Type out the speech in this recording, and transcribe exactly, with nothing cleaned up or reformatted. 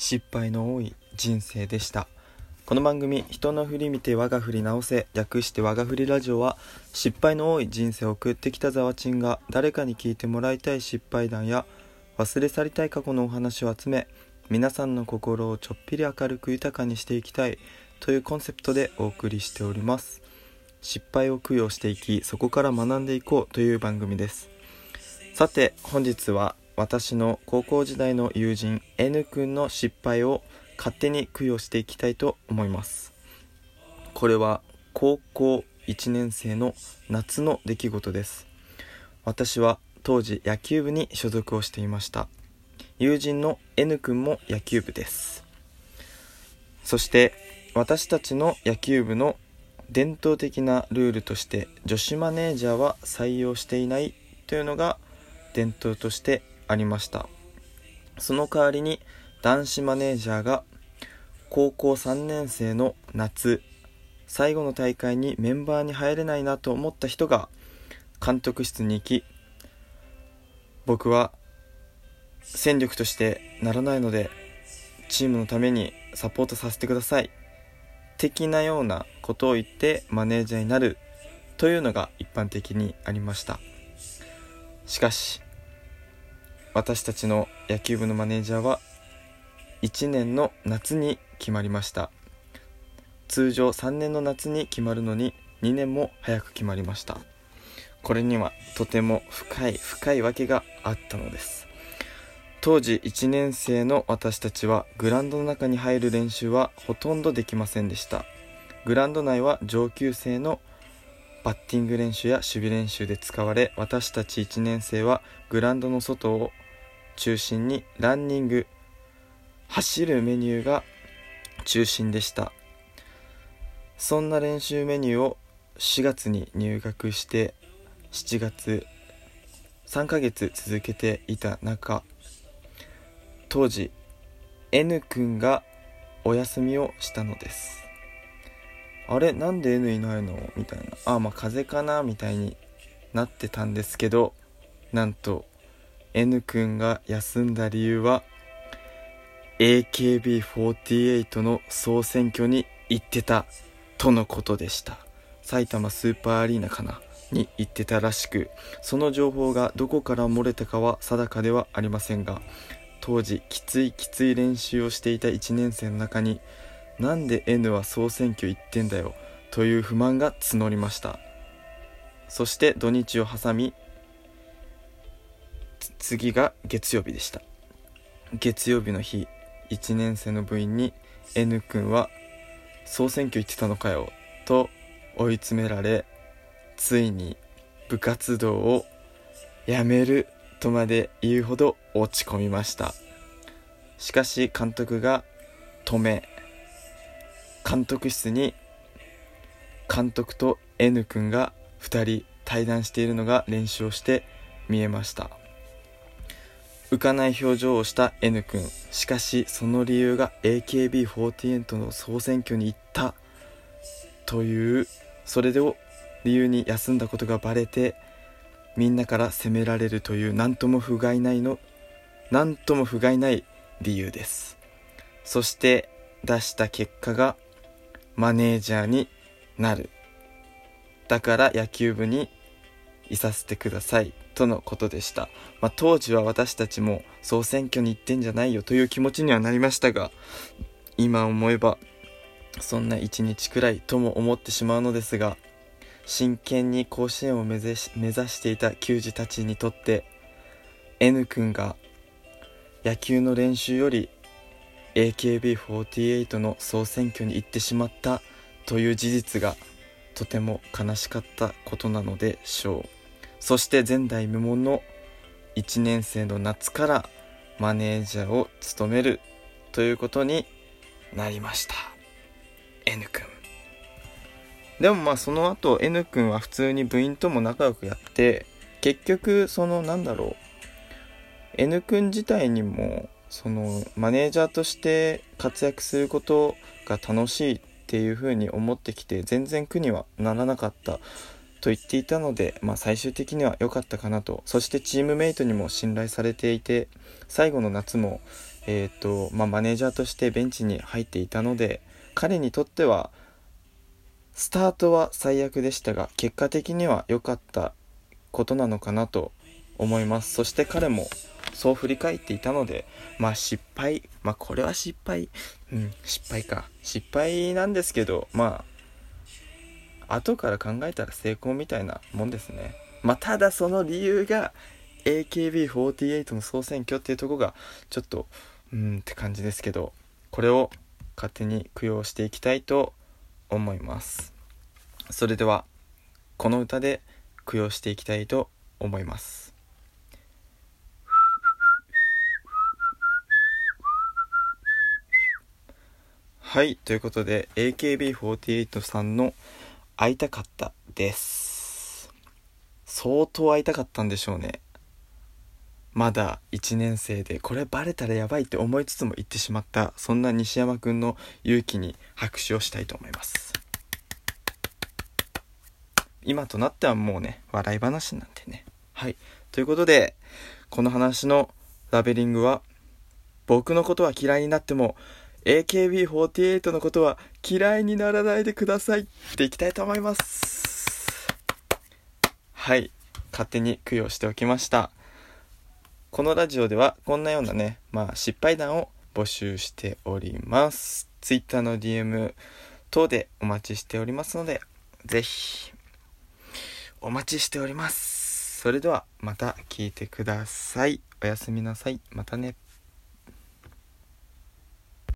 失敗の多い人生でした。この番組、人の振り見て我が振り直せ、略して我が振りラジオは、失敗の多い人生を送ってきたザワチンが誰かに聞いてもらいたい失敗談や忘れ去りたい過去のお話を集め、皆さんの心をちょっぴり明るく豊かにしていきたいというコンセプトでお送りしております。失敗を供養していき、そこから学んでいこうという番組です。さて、本日は私の高校時代の友人 N 君の失敗を勝手に供養していきたいと思います。これは高校いちねん生の夏の出来事です。私は当時野球部に所属をしていました。友人の N 君も野球部です。そして私たちの野球部の伝統的なルールとして女子マネージャーは採用していないというのが伝統としてありました。その代わりに男子マネージャーが高校さんねん生の夏最後の大会にメンバーに入れないなと思った人が監督室に行き、僕は戦力としてならないのでチームのためにサポートさせてください的なようなことを言ってマネージャーになるというのが一般的にありました。しかし私たちの野球部のマネージャーはいちねんの夏に決まりました。通常さんねんの夏に決まるのににねんも早く決まりました。これにはとても深い深いわけがあったのです。当時いちねん生の私たちはグラウンドの中に入る練習はほとんどできませんでした。グラウンド内は上級生のバッティング練習や守備練習で使われ、私たちいちねん生はグラウンドの外を中心にランニング、走るメニューが中心でした。そんな練習メニューをしがつに入学してしちがつさんかげつ続けていた中、当時 N 君がお休みをしたのです。あれなんで N いないのみたいな、あまあ風邪かなみたいになってたんですけど、なんと N 君が休んだ理由は エーケービーフォーティーエイト の総選挙に行ってたとのことでした。埼玉スーパーアリーナかなに行ってたらしく、その情報がどこから漏れたかは定かではありませんが、当時きついきつい練習をしていたいちねん生の中に、なんで N は総選挙行ってんだよという不満が募りました。そして土日を挟み、次が月曜日でした。月曜日の日、いちねん生の部員に N 君は総選挙行ってたのかよと追い詰められ、ついに部活動をやめるとまで言うほど落ち込みました。しかし監督が止め、監督室に監督と N 君がふたり対談しているのが練習をして見えました。浮かない表情をした N 君、しかしその理由が エーケービーフォーティーエイト の総選挙に行ったという、それを理由に休んだことがバレて、みんなから責められるという何とも不甲斐ないの何とも不甲斐ない理由です。そして出した結果がマネージャーになる、だから野球部にいさせてくださいとのことでした。まあ、当時は私たちも総選挙に行ってんじゃないよという気持ちにはなりましたが、今思えばそんな一日くらいとも思ってしまうのですが、真剣に甲子園を目指し、目指していた球児たちにとって N 君が野球の練習より エーケービーフォーティーエイト の総選挙に行ってしまったという事実がとても悲しかったことなのでしょう。そして前代未聞のいちねん生の夏からマネージャーを務めるということになりました。 N 君でもまあその後 N 君は普通に部員とも仲良くやって、結局そのなんだろう N 君自体にもそのマネージャーとして活躍することが楽しいっていう風に思ってきて、全然苦にはならなかったと言っていたので、まあ、最終的には良かったかなと。そしてチームメイトにも信頼されていて、最後の夏もえーとまあ、マネージャーとしてベンチに入っていたので、彼にとってはスタートは最悪でしたが結果的には良かったことなのかなと思います。そして彼もそう振り返っていたので、まあ失敗、まあこれは失敗、うん失敗か失敗なんですけど、まあ後から考えたら成功みたいなもんですね。まあただその理由が エーケービーフォーティーエイト の総選挙っていうところがちょっとうーんって感じですけど、これを勝手に供養していきたいと思います。それではこの歌で供養していきたいと思います。はい、ということで エーケービーフォーティーエイト さんの会いたかったです。相当会いたかったんでしょうね。まだいちねん生でこれバレたらやばいって思いつつも言ってしまった、そんな西山くんの勇気に拍手をしたいと思います。今となってはもうね笑い話なんでね。はい、ということでこの話のラベリングは、僕のことは嫌いになっても エーケービーフォーティーエイト のことは嫌いにならないでくださいっていきたいと思います。はい、勝手に供養しておきました。このラジオではこんなようなね、まあ失敗談を募集しております。Twitter の ディーエム 等でお待ちしておりますので、ぜひお待ちしております。それではまた聞いてください。おやすみなさい。またね。